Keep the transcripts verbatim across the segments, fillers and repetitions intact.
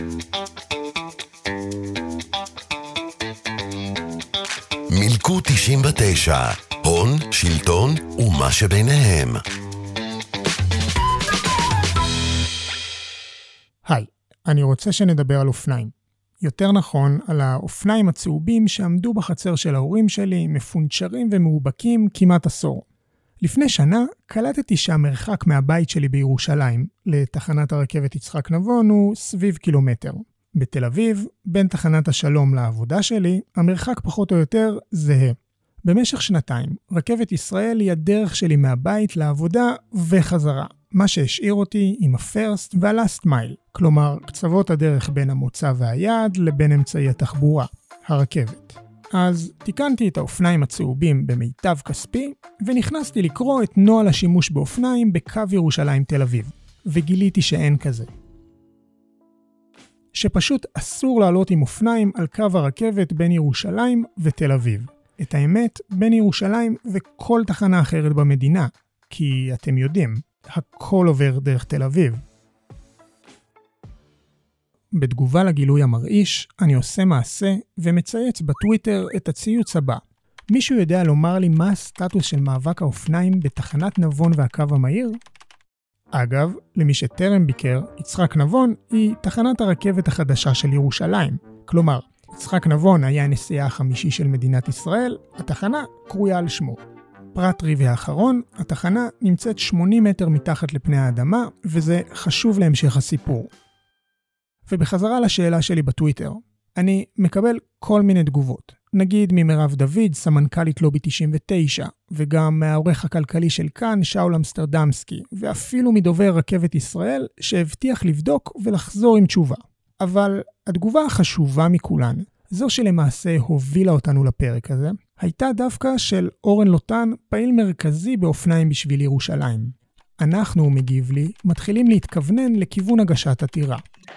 מילקו תשעים ותשע, הון, שלטון ומה שביניהם. היי, אני רוצה שנדבר על אופניים. יותר נכון, על האופניים הצהובים שעמדו בחצר של ההורים שלי, מפונצ'רים ומאובקים כמעט עשור. לפני שנה קלטתי שהמרחק מהבית שלי בירושלים לתחנת הרכבת יצחק נבון הוא סביב קילומטר. בתל אביב, בין תחנת השלום לעבודה שלי, המרחק פחות או יותר זהה. במשך שנתיים, רכבת ישראל היא הדרך שלי מהבית לעבודה וחזרה. מה שהשאיר אותי עם ה-first וה-last mile, כלומר, קצוות הדרך בין המוצא והיעד לבין אמצעי התחבורה, הרכבת. אז תיקנתי את האופניים הצהובים במיטב כספי, ונכנסתי לקרוא את נוהל השימוש באופניים בקו ירושלים תל אביב, וגיליתי שאין כזה. שפשוט אסור לעלות עם אופניים על קו הרכבת בין ירושלים ותל אביב. את האמת, בין ירושלים וכל תחנה אחרת במדינה, כי אתם יודעים, הכל עובר דרך תל אביב. בתגובה לגילוי המרעיש, אני עושה מעשה ומצייץ בטוויטר את הציוץ הבא. מישהו יודע לומר לי מה הסטטוס של מאבק האופניים בתחנת נבון והקו המהיר? אגב, למי שטרם ביקר, יצחק נבון היא תחנת הרכבת החדשה של ירושלים. כלומר, יצחק נבון היה הנסיעה החמישי של מדינת ישראל, התחנה קרויה על שמו. פרט טריוויה האחרון, התחנה נמצאת שמונים מטר מתחת לפני האדמה, וזה חשוב להמשך הסיפור. ובחזרה לשאלה שלי בטוויטר, אני מקבל כל מיני תגובות. נגיד ממרב דוד, סמנכ"לית לובי תשעים ותשע, וגם מהעורך הכלכלי של כאן, שאול אמסטרדמסקי, ואפילו מדובר רכבת ישראל, שהבטיח לבדוק ולחזור עם תשובה. אבל התגובה החשובה מכולן, זו שלמעשה הובילה אותנו לפרק הזה, הייתה דווקא של אורן לוטן, פעיל מרכזי באופניים בשביל ירושלים. אנחנו, הוא מגיב לי, מתחילים להתכוונן לכיוון הגשת עתירה.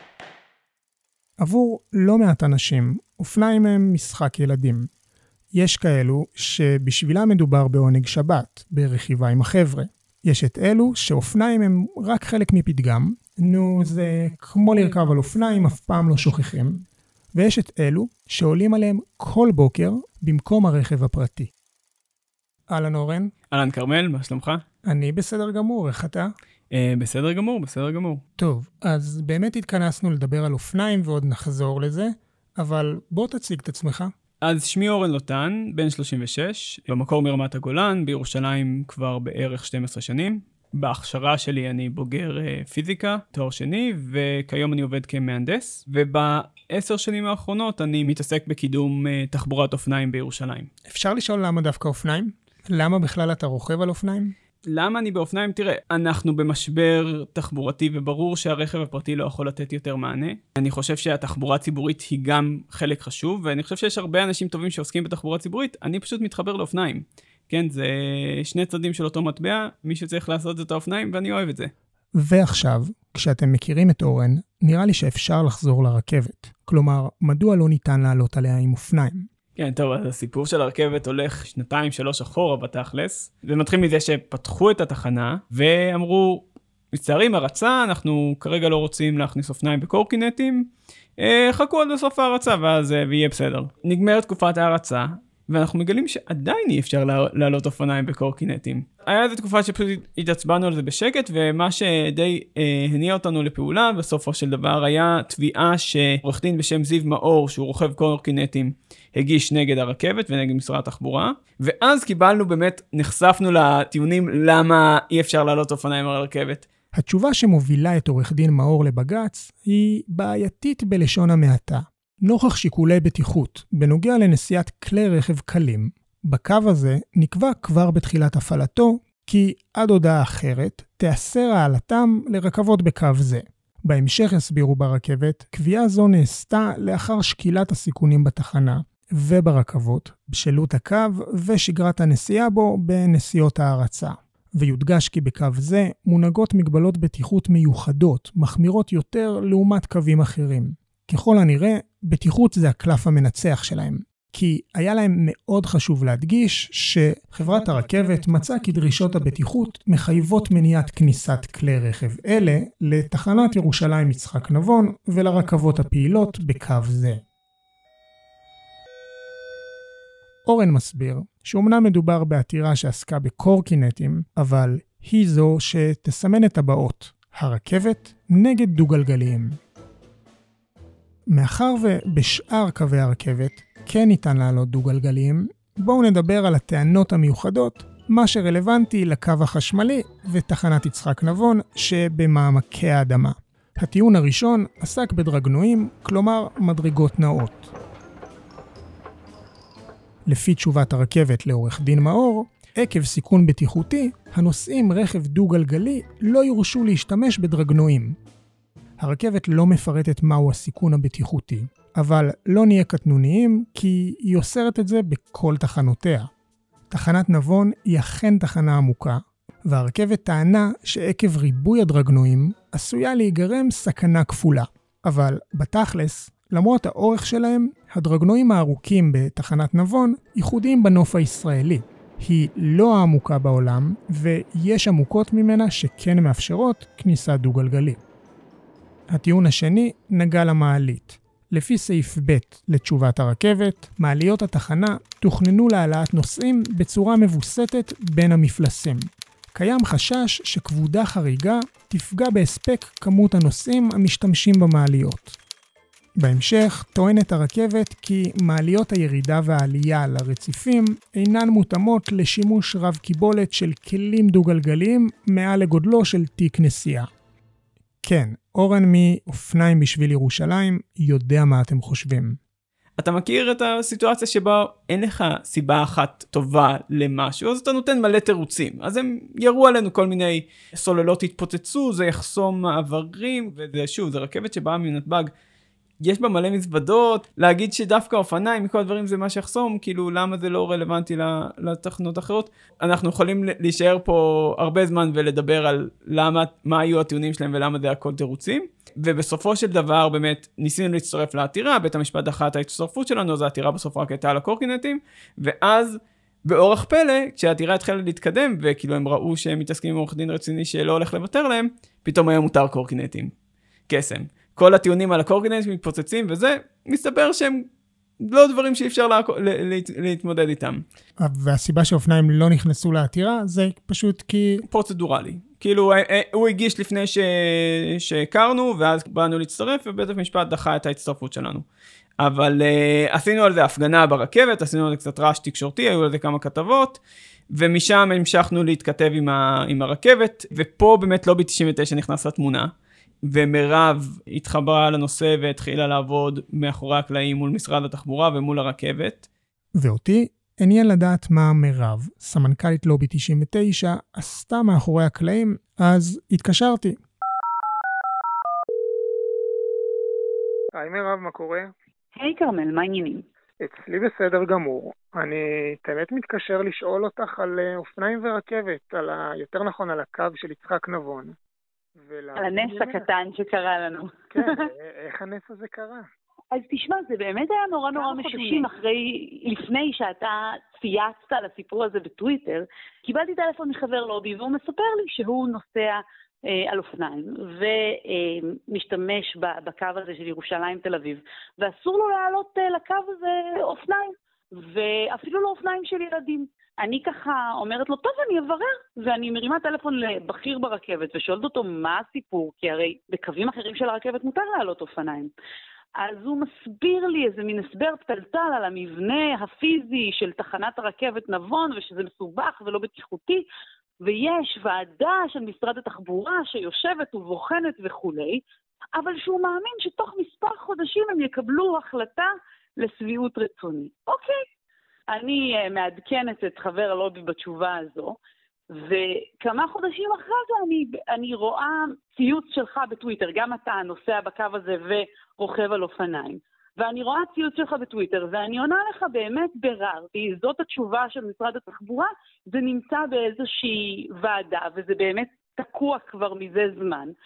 עבור לא מעט אנשים, אופניים הם משחק ילדים. יש כאלו שבשבילם מדובר בעונג שבת, ברכיבה עם החבר'ה. יש את אלו שאופניים הם רק חלק מפתגם, נו זה כמו לרכב על אופניים, אף פעם לא שוכחים. ויש את אלו שעולים עליהם כל בוקר במקום הרכב הפרטי. אהלן אורן. אהלן קרמל, מה שלומך? אני בסדר גמור, איך אתה? אה, בסדר גמור, בסדר גמור. טוב, אז באמת התכנסנו לדבר על אופניים ועוד נחזור לזה, אבל בוא תציג את עצמך. אז שמי אורן לוטן, בן שלושים ושש, במקור מרמת הגולן, בירושלים כבר בערך שתים עשרה שנים. בהכשרה שלי אני בוגר uh, פיזיקה, תואר שני, וכיום אני עובד כמהנדס, ובעשר שנים האחרונות אני מתעסק בקידום uh, תחבורת אופניים בירושלים. אפשר לשאול למה דווקא אופניים? למה בכלל אתה רוכב על אופניים? למה אני באופניים? תראה, אנחנו במשבר תחבורתי, וברור שהרכב הפרטי לא יכול לתת יותר מענה. אני חושב שהתחבורה הציבורית היא גם חלק חשוב, ואני חושב שיש הרבה אנשים טובים שעוסקים בתחבורה ציבורית, אני פשוט מתחבר לאופניים. כן, זה שני צדדים של אותו מטבע, מי שצריך לעשות את האופניים, ואני אוהב את זה. ועכשיו, כשאתם מכירים את אורן, נראה לי שאפשר לחזור לרכבת. כלומר, מדוע לא ניתן לעלות עליה עם אופניים? כן, טוב, אז הסיפור של הרכבת הולך שנתיים, שלוש אחורה בתכלס, ומתחיל מזה שפתחו את התחנה, ואמרו, מצטערים הרצה, אנחנו כרגע לא רוצים להכניס אופניים בקורקינטים, חכו עד לסוף ההרצה, ואז ויהיה בסדר. נגמרת תקופת ההרצה, ואנחנו מגלים שעדיין אי אפשר לעלות אופניים בקורקינטים. היה איזו תקופה שפשוט התעצבנו על זה בשקט, ומה שדי אה, הניע אותנו לפעולה, בסופו של דבר היה תביעה שעורך דין בשם זיו מאור, שהוא רוכב קורקינטים, הגיש נגד הרכבת ונגד משרד התחבורה, ואז קיבלנו באמת, נחשפנו לטיעונים למה אי אפשר לעלות אופניים על הרכבת. התשובה שמובילה את עורך דין מאור לבג"ץ היא בעייתית בלשון המעטה. נוכח שיקולי בטיחות, בנוגע לנסיעת כלי רכב קלים, בקו הזה נקבע כבר בתחילת הפעלתו, כי עד הודעה אחרת תאסר העלתם לרכבות בקו זה. בהמשך הסבירו ברכבת, קביעה זו נעשתה לאחר שקילת הסיכונים בתחנה וברכבות, בשלות הקו ושגרת הנסיעה בו בנסיעות ההרצה. ויודגש כי בקו זה מונהגות מגבלות בטיחות מיוחדות, מחמירות יותר לעומת קווים אחרים. ככל הנראה, בטיחות זה הקלף המנצח שלהם. כי היה להם מאוד חשוב להדגיש שחברת הרכבת מצאה כי דרישות הבטיחות מחייבות מניעת כניסת כלי רכב אלה לתחנת ירושלים יצחק נבון ולרכבות הפעילות בקו זה. אורן מסביר שאומנם מדובר בעתירה שעסקה בקורקינטים, אבל היא זו שתסמן את הבאות, הרכבת נגד דו-גלגליים. מאחר ובשאר קווי הרכבת כן ניתן לעלות דו-גלגליים, בואו נדבר על הטענות המיוחדות, מה שרלוונטי לקו החשמלי ותחנת יצחק נבון שבמעמקי האדמה. הטיעון הראשון עסק בדרגנועים, כלומר מדרגות נאות. לפי תשובת הרכבת לעורך דין מאור, עקב סיכון בטיחותי, הנוסעים רכב דו-גלגלי לא יורשו להשתמש בדרגנועים. הרכבת לא מפרטת מהו הסיכון הבטיחותי, אבל לא נהיה קטנוניים כי היא אוסרת את זה בכל תחנותיה. תחנת נבון היא אכן תחנה עמוקה, והרכבת טענה שעקב ריבוי הדרגנועים עשויה להיגרם סכנה כפולה. אבל בתכלס, למרות האורך שלהם, הדרגנועים הארוכים בתחנת נבון ייחודיים בנוף הישראלי. היא לא העמוקה בעולם, ויש עמוקות ממנה שכן מאפשרות כניסה דו-גלגלי. הטיעון השני נגע למעלית. לפי סעיף ב' לתשובת הרכבת, מעליות התחנה תוכננו להעלאת נוסעים בצורה מבוסתת בין המפלסים. קיים חשש שכבודה חריגה תפגע בהספק כמות הנוסעים המשתמשים במעליות. בהמשך טוענת הרכבת כי מעליות הירידה והעלייה לרציפים אינן מותאמות לשימוש רב קיבולת של כלים דו-גלגליים מעל לגודלו של תיק נסיעה. כן, אורן מאופניים בשביל ירושלים יודע מה אתם חושבים. אתה מכיר את הסיטואציה שבה אין לך סיבה אחת טובה למשהו, אז אתה נותן מלא תירוצים. אז הם יראו עלינו כל מיני סוללות התפוצצו, זה יחסום מעברים, וזה שוב, זה רכבת שבאה מנתב"ג. יש בה מלא מזוודות, להגיד שדווקא אופניים מכל הדברים זה מה שיחסום, כאילו למה זה לא רלוונטי לתחנות אחרות. אנחנו יכולים להישאר פה הרבה זמן ולדבר על למה, מה היו הטיעונים שלהם ולמה זה הכל תירוצים. ובסופו של דבר באמת ניסינו להצטרף לעתירה, בית המשפט דחה את ההצטרפות שלנו, אז העתירה בסוף רק הייתה על הקורקינטים, ואז באורח פלא, כשהעתירה התחילה להתקדם, וכאילו הם ראו שהם מתעסקים עם עורך דין רציני שלא הולך לוותר להם, פתאום היה מותר קורקינטים. קסם. כל הטיעונים על הקורקינטים מתפוצצים, וזה מסתבר שהם לא דברים שאי אפשר לה... להתמודד איתם. והסיבה שאופניים לא נכנסו לעתירה, זה פשוט כי... פרוצדורלי. כאילו, הוא הגיש לפני ש... שהכרנו, ואז באנו להצטרף, ובית המשפט דחה את ההצטרפות שלנו. אבל uh, עשינו על זה הפגנה ברכבת, עשינו על זה קצת רעש תקשורתי, היו על זה כמה כתבות, ומשם המשכנו להתכתב עם, ה... עם הרכבת, ופה באמת לובי תשעים ותשע נכנס לתמונה, ומרב התחברה לנושא והתחילה לעבוד מאחורי הקלעים מול משרד התחבורה ומול הרכבת. ואותי עניין לדעת מה מרב, סמנכ"לית לובי תשעים ותשע, עשתה מאחורי הקלעים, אז התקשרתי. היי מרב, מה קורה? היי קרמל, מה העניינים? אצלי בסדר גמור. אני באמת מתקשר לשאול אותך על אופניים ורכבת, על ה... יותר נכון על הקו של יצחק נבון. על הנס הקטן שקרה לנו. כן, איך הנס הזה קרה? אז תשמע, זה באמת היה נורא נורא משונה. אחרי, לפני שאתה צייצת על הסיפור הזה בטוויטר, קיבלתי טלפון מחבר לובי, והוא מספר לי שהוא נוסע אה, על אופניים, ומשתמש אה, בקו הזה של ירושלים תל אביב, ואסור לו לעלות אה, לקו הזה אופניים, ואפילו לא אופניים של ילדים. אני ככה אומרת לו, טוב, אני אברר, ואני מרימה טלפון לבכיר ברכבת, ושואלת אותו מה הסיפור, כי הרי בקווים אחרים של הרכבת מותר לעלות אופניים. אז הוא מסביר לי איזה מין הסבר פתלתל על המבנה הפיזי של תחנת הרכבת נבון, ושזה מסובך ולא בטיחותי, ויש ועדה של משרד התחבורה שיושבת ובוחנת וכולי, אבל שהוא מאמין שתוך מספר חודשים הם יקבלו החלטה לסביעות רצוני. אוקיי. אני מעדכנת את חבר הלובי בתשובה הזו, וכמה חודשים אחרי זה אני, אני רואה ציוץ שלך בטוויטר, גם אתה נוסע בקו הזה ורוכב על אופניים, ואני רואה ציוץ שלך בטוויטר, ואני עונה לך באמת בררתי, זאת התשובה של משרד התחבורה, זה נמצא באיזושהי ועדה, וזה באמת תקוע כבר מזה זמן,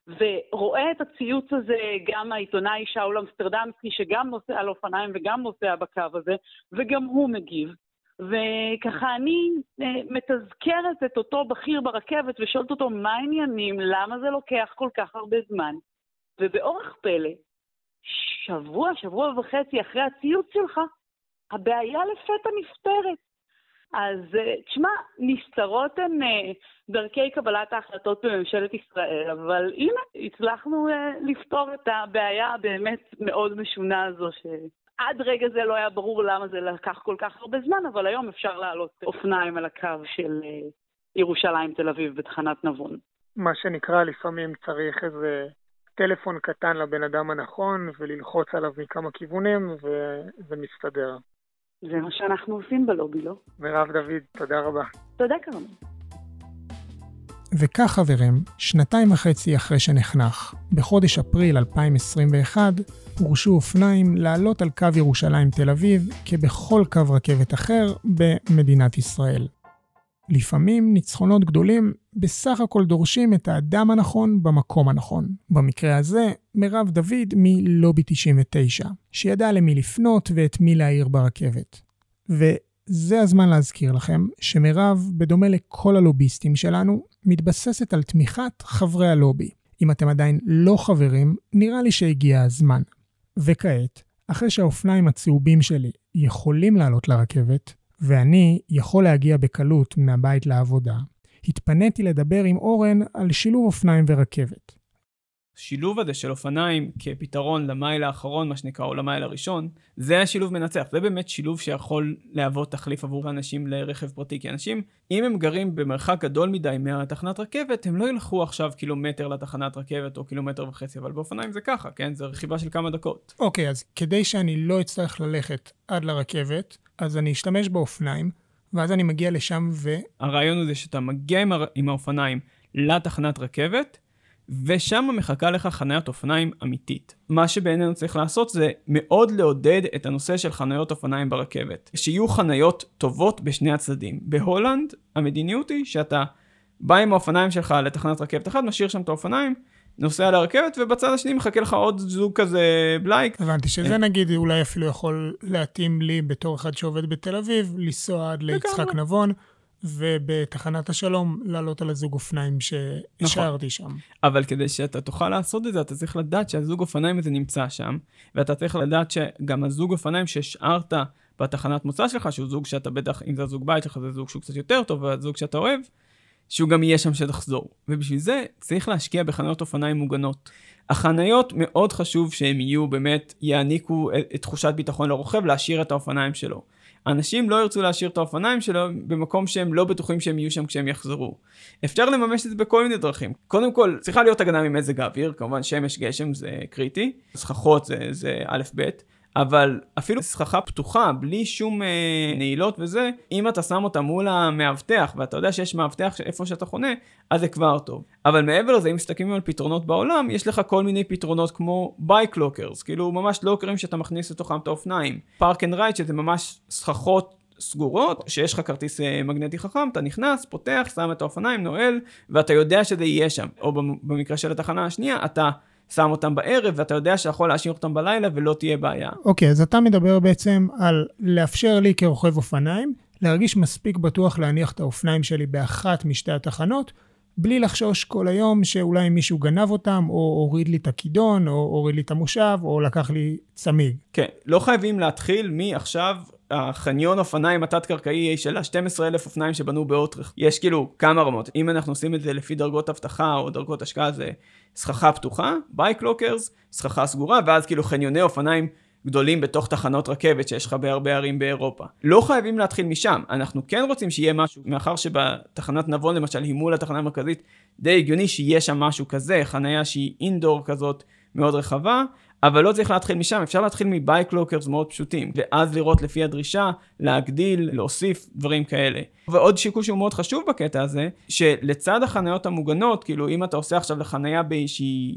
ורואה את הציוץ הזה גם העיתונאי שאול אמסטרדמסקי, שגם נוסע על אופניים וגם נוסע בקו הזה, וגם הוא מגיב. וככה אני מתזכרת את אותו בכיר ברכבת ושואלת אותו מה העניינים, למה זה לוקח כל כך הרבה זמן. ובאורח פלא, שבוע, שבוע וחצי אחרי הציוץ שלך, הבעיה לפתע נפתרת. אז תשמע, נסתרות הן דרכי קבלת ההחלטות בממשלת ישראל, אבל הנה, הצלחנו לפתור את הבעיה הבאמת מאוד משונה הזו, שעד רגע זה לא היה ברור למה זה לקח כל כך הרבה זמן, אבל היום אפשר לעלות אופניים על הקו של ירושלים תל אביב בתחנת נבון. מה שנקרא, לפעמים צריך איזה טלפון קטן לבן אדם הנכון, וללחוץ עליו מכמה כיוונים, וזה מסתדר. זה מה שאנחנו עושים בלובי, לא? מירב דוד, תודה רבה. תודה כרמל. וכך חברים, שנתיים וחצי אחרי שנחנך, בחודש אפריל אלפיים עשרים ואחת, הורשו אופניים לעלות על קו ירושלים תל אביב, כבכל קו רכבת אחר במדינת ישראל. לפעמים ניצחונות גדולים בסך הכל דורשים את האדם הנכון במקום הנכון. במקרה הזה, מירב דוד מלובי תשעים ותשע, שידע למי לפנות ואת מי להעיר ברכבת. וזה הזמן להזכיר לכם שמירב, בדומה לכל הלוביסטים שלנו, מתבססת על תמיכת חברי הלובי. אם אתם עדיין לא חברים, נראה לי שהגיע הזמן. וכעת, אחרי שהאופניים הצהובים שלי יכולים לעלות לרכבת, ואני יכול להגיע בקלות מהבית לעבודה, התפניתי לדבר עם אורן על שילוב אופניים ורכבת. השילוב הזה של אופניים כפתרון למייל האחרון, מה שנקרא, או למייל הראשון, זה השילוב מנצח. זה באמת שילוב שיכול להוות תחליף עבור אנשים לרכב פרטי. כי אנשים, אם הם גרים במרחק גדול מדי מהתחנת רכבת, הם לא ילכו עכשיו קילומטר לתחנת רכבת או קילומטר וחצי, אבל באופניים זה ככה, כן? זה רכיבה של כמה דקות. אוקיי, אז כדי שאני לא אצטרך ללכת עד לרכבת, אז אני אשתמש באופניים, ואז אני מגיע לשם ו... הרעיון הוא זה שאתה מגיע עם, הר... עם האופניים לתחנת רכבת, ושם מחכה לך חניית אופניים אמיתית. מה שבעינינו צריך לעשות זה מאוד לעודד את הנושא של חניות אופניים ברכבת. שיהיו חניות טובות בשני הצדדים. בהולנד המדיניות היא שאתה בא עם האופניים שלך לתחנת רכבת אחת, משאיר שם את האופניים, נוסע לרכבת, ובצד השני מחכה לך עוד זוג כזה בלייק. הבנתי שזה נגיד אולי אפילו יכול להתאים לי בתור אחד שעובד בתל אביב, לנסוע עד ליצחק נבון, ובתחנת השלום לעלות על הזוג אופניים שהשארתי שם. אבל כדי שאתה תוכל לעשות את זה, אתה צריך לדעת שהזוג אופניים הזה נמצא שם, ואתה צריך לדעת שגם הזוג אופניים שהשארת בתחנת מוצא שלך, שהוא זוג שאתה בטח, אם זה הזוג בית שלך, זה זוג שהוא קצת יותר טוב, והזוג שאתה אוהב, שהוא גם יהיה שם שתחזור. ובשביל זה צריך להשקיע בחניות אופניים מוגנות. החניות מאוד חשוב שהם יהיו באמת, יעניקו את תחושת ביטחון לרוכב, להשאיר את האופניים שלו. אנשים לא ירצו להשאיר את האופניים שלו במקום שהם לא בטוחים שהם יהיו שם כשהם יחזרו. אפשר לממש את זה בכל מיני דרכים. קודם כל, צריכה להיות הגנה ממזג האוויר, כמובן שמש גשם זה קריטי, סככות זה, זה א' ב', אבל אפילו סככה פתוחה, בלי שום אה, נעילות וזה, אם אתה שם אותה מול המאבטח, ואתה יודע שיש מאבטח איפה שאתה חונה, אז זה כבר טוב. אבל מעבר לזה, אם מסתכלים על פתרונות בעולם, יש לך כל מיני פתרונות כמו בייק לוקרס, כאילו ממש לוקרים שאתה מכניס לתוכם את האופניים. פארק אנד רייד, שזה ממש סככות סגורות, שיש לך כרטיס מגנטי חכם, אתה נכנס, פותח, שם את האופניים, נועל, ואתה יודע שזה יהיה שם. או במקרה של התחנה השנייה, אתה שם אותם בערב, ואתה יודע שיכול להשאיר אותם בלילה, ולא תהיה בעיה. אוקיי, אז אתה מדבר בעצם על לאפשר לי כרוכב אופניים, להרגיש מספיק בטוח להניח את האופניים שלי באחת משתי התחנות, בלי לחשוש כל היום שאולי מישהו גנב אותם, או הוריד לי את הכידון, או הוריד לי את המושב, או לקח לי צמיג. כן, לא חייבים להתחיל מעכשיו החניון אופניים התת-קרקעי של ה-שנים עשר אלף אופניים שבנו באוטרכט. יש כאילו כמה רמות. אם אנחנו עושים את זה לפי דרגות אבטחה או דרגות השקעה, זה סככה פתוחה, בייק לוקרס, סככה סגורה, ואז כאילו חניוני אופניים גדולים בתוך תחנות רכבת שיש לך בהרבה ערים באירופה. לא חייבים להתחיל משם. אנחנו כן רוצים שיהיה משהו, מאחר שבתחנת נבון למשל היא מול התחנה המרכזית, די הגיוני שיהיה שם משהו כזה, חניה שהיא אינדור כזאת מאוד רחבה, אבל לא צריך להתחיל משם, אפשר להתחיל מבייק לוקרס מאוד פשוטים, ואז לראות לפי הדרישה, להגדיל, להוסיף דברים כאלה. ועוד שיקול שהוא מאוד חשוב בקטע הזה, שלצד החניות המוגנות, כאילו אם אתה עושה עכשיו לחניה באיזושהי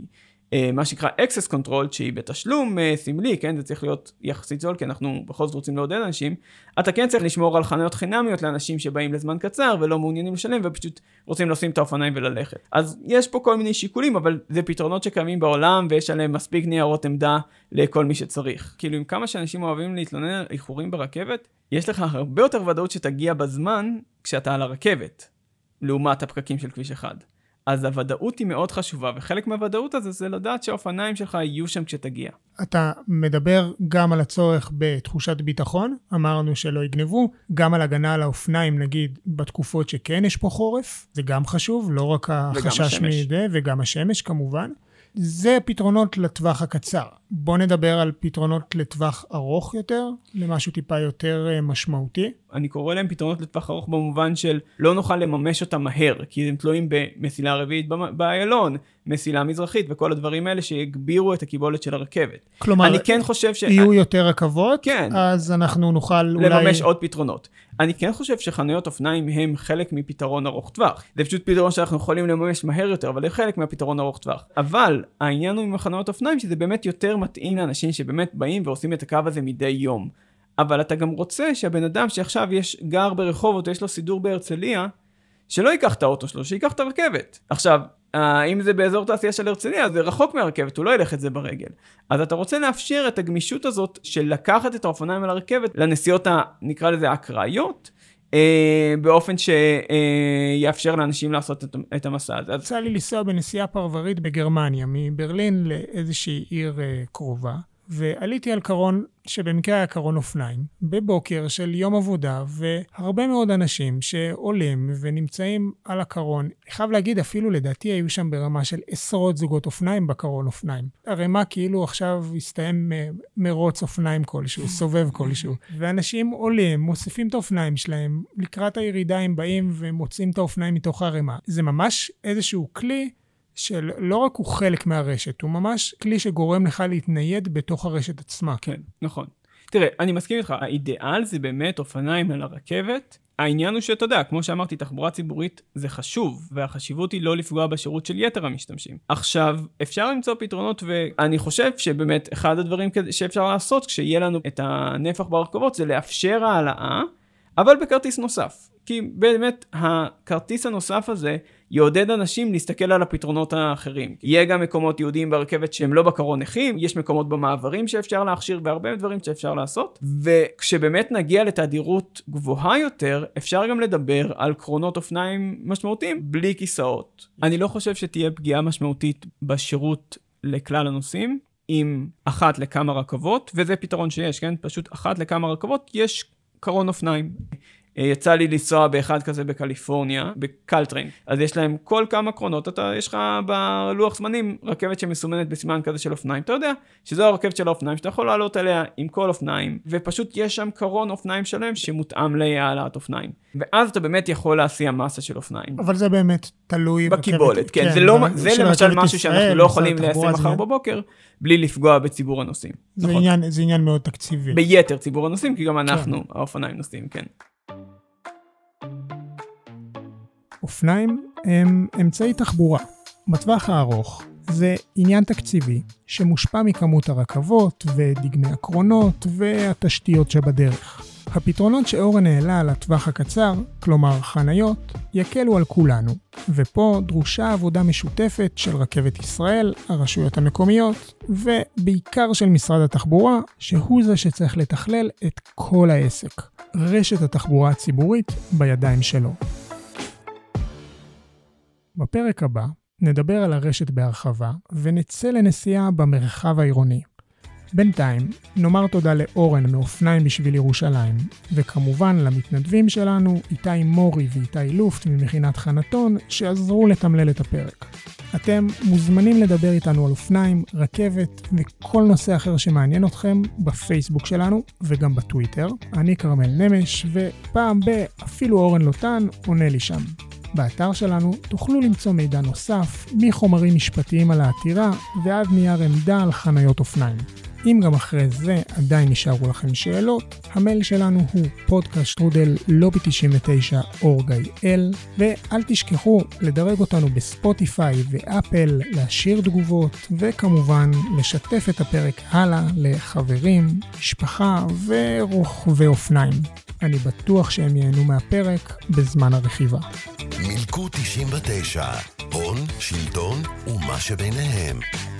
מה שנקרא access control, שהיא בתשלום סמלי, כן, זה צריך להיות יחסית זול, כי אנחנו בכל זאת רוצים לעודד אנשים, אתה כן צריך לשמור על חניות חינמיות לאנשים שבאים לזמן קצר ולא מעוניינים לשלם, ופשוט רוצים לשים את האופניים וללכת. אז יש פה כל מיני שיקולים, אבל זה פתרונות שקיימים בעולם, ויש עליהם מספיק ניירות עמדה לכל מי שצריך. כאילו, עם כמה שאנשים אוהבים להתלונן על איחורים ברכבת, יש לך הרבה יותר ודאות שתגיע בזמן כשאתה על הרכבת, לעומת הפקקים של כביש אחד. אז הוודאות היא מאוד חשובה, וחלק מהוודאות הזה זה לדעת שהאופניים שלך יהיו שם כשתגיע. אתה מדבר גם על הצורך בתחושת ביטחון, אמרנו שלא יגנבו, גם על הגנה על האופניים, נגיד, בתקופות שכן יש פה חורף, זה גם חשוב, לא רק החשש מידי, וגם השמש כמובן. זה פתרונות לטווח הקצר. בוא נדבר על פתרונות לטווח ארוך יותר, למשהו טיפה יותר משמעותי. אני קורא להם פתרונות לטווח ארוך במובן של לא נוכל לממש אותם מהר, כי הם תלויים במסילה רביעית באיילון, מסילה מזרחית וכל הדברים האלה שיגבירו את הקיבולת של הרכבת. כלומר, אני כן חושב ש... יהיו יותר רכבות, כן. אז אנחנו נוכל אולי... לממש עוד פתרונות. אני כן חושב שחנויות אופניים הם חלק מפתרון ארוך טווח. זה פשוט פתרון שאנחנו יכולים לממש מהר יותר, אבל זה חלק מהפתרון ארוך טווח. אבל העניין הוא עם חנויות אופניים שזה באמת יותר מתאים לאנשים שבאמת באים ועושים את הקו הזה מדי יום. אבל אתה גם רוצה שהבן אדם שעכשיו יש גר ברחובות, יש לו סידור בהרצליה, שלא ייקח את האוטו שלו, שיקח את הרכבת. עכשיו, אם זה באזור תעשייה של הרצליה, זה רחוק מהרכבת, הוא לא ילך את זה ברגל. אז אתה רוצה לאפשר את הגמישות הזאת של לקחת את האופניים על הרכבת לנסיעות, נקרא לזה אקראיות, באופן שיאפשר לאנשים לעשות את המסע הזה. יצא לי לנסוע בנסיעה פרברית בגרמניה, מברלין לאיזושהי עיר קרובה, ועליתי על קרון שבמקרה היה קרון אופניים, בבוקר של יום עבודה, והרבה מאוד אנשים שעולים ונמצאים על הקרון. אני חייב להגיד, אפילו לדעתי היו שם ברמה של עשרות זוגות אופניים בקרון אופניים. הרמה כאילו עכשיו הסתיים מרוץ אופניים כלשהו, סובב כלשהו. ואנשים עולים, מוסיפים את האופניים שלהם, לקראת הירידה הם באים ומוצאים את האופניים מתוך הרמה. זה ממש איזשהו כלי שלא רק הוא חלק מהרשת, הוא ממש כלי שגורם לך להתנייד בתוך הרשת עצמה. כן, נכון. תראה, אני מסכים איתך, האידיאל זה באמת אופניים על הרכבת. העניין הוא שאתה יודע, כמו שאמרתי, תחבורה ציבורית זה חשוב, והחשיבות היא לא לפגוע בשירות של יתר המשתמשים. עכשיו, אפשר למצוא פתרונות, ואני חושב שבאמת אחד הדברים שאפשר לעשות, כשיהיה לנו את הנפח ברכבות, זה לאפשר העלאה, אבל בכרטיס נוסף. כי באמת הכרטיס הנוסף הזה יעודד אנשים להסתכל על הפתרונות האחרים. יהיה גם מקומות יהודיים ברכבת שהם לא בקרון נכים, יש מקומות במעברים שאפשר להכשיר והרבה דברים שאפשר לעשות, וכשבאמת נגיע לתדירות גבוהה יותר, אפשר גם לדבר על קרונות אופניים משמעותיים בלי כיסאות. אני לא חושב שתהיה פגיעה משמעותית בשירות לכלל הנוסעים, עם אחת לכמה רכבות, וזה פתרון שיש, כן? פשוט אחת לכמה רכבות יש קרון אופניים. יצא לי לנסוע באחד כזה בקליפורניה, בקלטריין. אז יש להם כל כמה קרונות, אתה, יש לך בלוח זמנים רכבת שמסומנת בסימן כזה של אופניים. אתה יודע שזו הרכבת של האופניים, שאתה יכול לעלות עליה עם כל אופניים, ופשוט יש שם קרון אופניים שלם שמותאם להעלאת אופניים. ואז אתה באמת יכול להסיע מסה של אופניים. אבל זה באמת תלוי בקיבולת, כן. כן. זה, לא, זה למשל משהו ישראל, שאנחנו לא יכולים ליישם מחר בבוקר, בלי לפגוע בציבור הנוסעים. זה, נכון. עניין, זה עניין מאוד תקציבי. ביתר ציבור הנוסעים, כי גם אנחנו, כן. האופניים נוסעים, כן. אופניים הם אמצעי תחבורה. בטווח הארוך זה עניין תקציבי שמושפע מכמות הרכבות ודגמי הקרונות והתשתיות שבדרך. הפתרונות שאורן העלה על הטווח הקצר, כלומר חניות, יקלו על כולנו, ופה דרושה עבודה משותפת של רכבת ישראל, הרשויות המקומיות, ובעיקר של משרד התחבורה, שהוא זה שצריך לתכלל את כל העסק. רשת התחבורה הציבורית בידיים שלו. בפרק הבא נדבר על הרשת בהרחבה ונצא לנסיעה במרחב העירוני. בינתיים נאמר תודה לאורן מאופניים בשביל ירושלים, וכמובן למתנדבים שלנו איתי מורי ואיתי לופט ממכינת חנתון שעזרו לתמלל את הפרק. אתם מוזמנים לדבר איתנו על אופניים, רכבת וכל נושא אחר שמעניין אתכם בפייסבוק שלנו וגם בטוויטר. אני קרמל נמש ופעם באפילו אורן לוטן עונה לי שם. באתר שלנו תוכלו למצוא מידע נוסף מחומרים משפטיים על העתירה ועד נייר עמדה על חניות אופניים. אם גם אחרי זה עדיין נשארו לכם שאלות, המייל שלנו הוא פודקאסט שטרודל לובי תשעים ותשע אורג איי אל, ואל תשכחו לדרג אותנו בספוטיפיי ואפל, להשאיר תגובות, וכמובן לשתף את הפרק הלאה לחברים, משפחה ורוכבי אופניים. אני בטוח שהם ייהנו מהפרק בזמן הרכיבה. מילקוט תשעים ותשע, הון, שלטון ומה שביניהם.